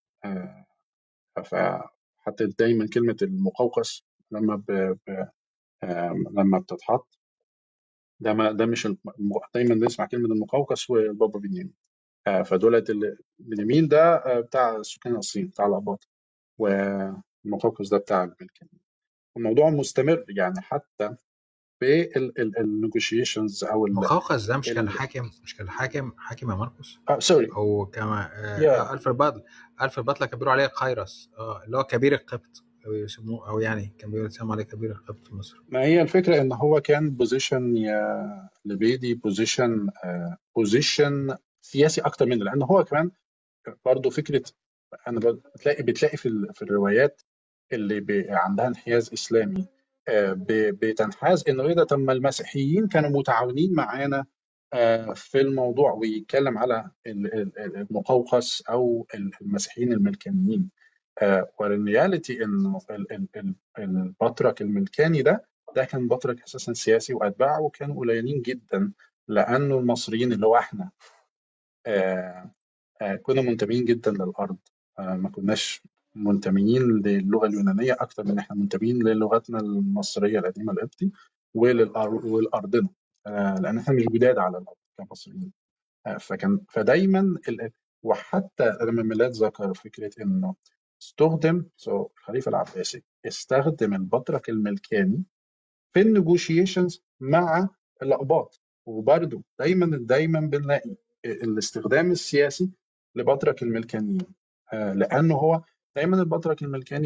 فحتى دايما كلمة المقوقس لما لما بتتحط، ده مش دايما بنسمع كلمة المقوقس والبابا بنيامين. فدولت بنيامين ده بتاع سكان الصين، بتاع الأباط، والمقوقس ده بتاع الملكيين. الموضوع مستمر يعني حتى في النيجوشيشنز او مخاوخز ده مش كان حاكم يا ماركوس؟ سوري او كما يا الفريد باتلر كان بيقولوا عليه قيرس، اللي هو كبير القبط، او يسموه، او يعني كان بيسموا عليه كبير القبط في مصر. ما هي الفكره ان هو كان بوزيشن يا لبيدي، بوزيشن سياسي اكتر منه، لان هو كمان برضه فكره. انا بتلاقي في الروايات اللي عندها انحياز اسلامي بتنحاز انه ايه ده، طب ما المسيحيين كانوا متعاونين معانا في الموضوع، ويتكلم على المقوقس او المسيحيين الملكانيين. والرياليتي انه البطرك الملكاني ده كان بطرك اساسا سياسي، واتباعه كانوا قليلين جدا، لانه المصريين اللي هو احنا كنا منتمين جدا للأرض. ما كناش منتمين للغة اليونانية أكتر من إحنا منتمين للغتنا المصرية القديمة القبطي ولأرضنا. لأن إحنا مش جداد على الأرض كمصريين. فدايما وحتى لما ميلاد ذكر فكرة إنه استخدم الخليفة العباسي استخدم البطرك الملكاني في النيجوشيشنز مع الأقباط. وبرضه دايما بنلاقي الاستخدام السياسي لبطرك الملكانيين، لأنه هو دايما البطرك الملكاني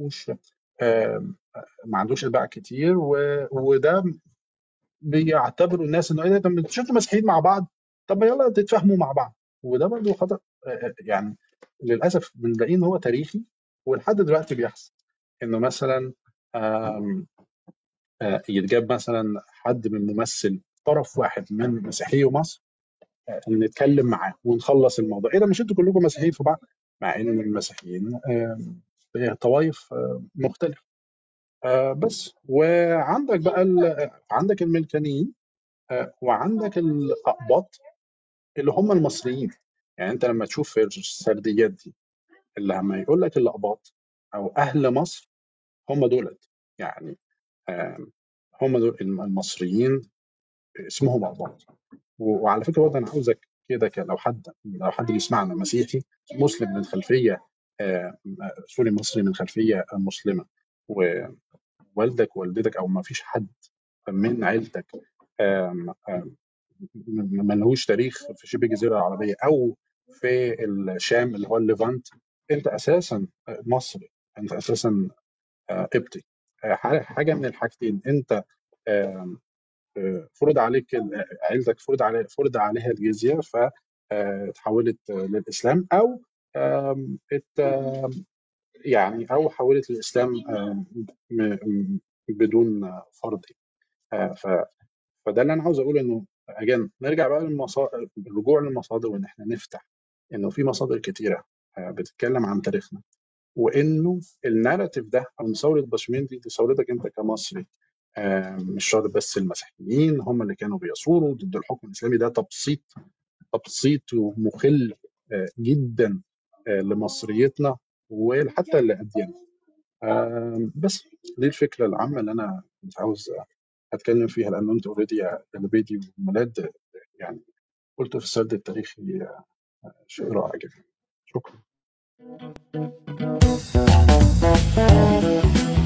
ما عندوش اتباع كتير، وده بيعتبروا الناس انه ايه ده، طب شفتوا مسيحيين مع بعض، طب يلا تتفاهموا مع بعض. وده برضه خطأ. يعني للأسف بنلاقيه ان هو تاريخي ولحد دلوقتي بيحصل، انه مثلا يتجاب مثلا حد من ممثل طرف واحد من مسيحي مصر، نتكلم معاه ونخلص الموضوع. ايه ده، مش انتوا كلكم مسيحيين في بعض؟ مع ان المسيحيين طوائف مختلفه. بس وعندك بقى عندك الملكانيين، وعندك الاقباط اللي هم المصريين. يعني انت لما تشوف في السرديات دي اللي لما يقول لك الاقباط او اهل مصر، هم دولت يعني هم دول المصريين اسمهم اقباط. وعلى فكره برضه انا عاوزك كده لو حد بيسمعنا مسيحي مسلم من خلفيه سوري مصري من خلفيه مسلمه، ووالدك ووالدتك او ما فيش حد من عيلتك ما لهوش تاريخ في شبه الجزيره العربيه او في الشام اللي هو الليفانت، انت اساسا مصري، انت اساسا قبطي. حاجه من الحاجتين، انت فرض عليك عيلتك فرض عليها الجزيه فتحولت للاسلام، او يعني او حولت للاسلام بدون فرض. فده اللي انا عاوز اقوله، انه نرجع بقى الرجوع للمصادر، وان احنا نفتح انه في مصادر كتيره بتتكلم عن تاريخنا، وانه الناراتيف ده او ثوره بشمين دي ثورتك انت كمصري. مش شرط بس المسيحيين هم اللي كانوا بيثوروا ضد الحكم الاسلامي. ده تبسيط ومخل جدا لمصريتنا وحتى لأدياننا. بس دي الفكره العامه اللي انا كنت عاوز اتكلم فيها، لانه انت اوريدي يا لبيدي وميلاد يعني قلت في السرد التاريخي شيء رائع جدا. شكرا.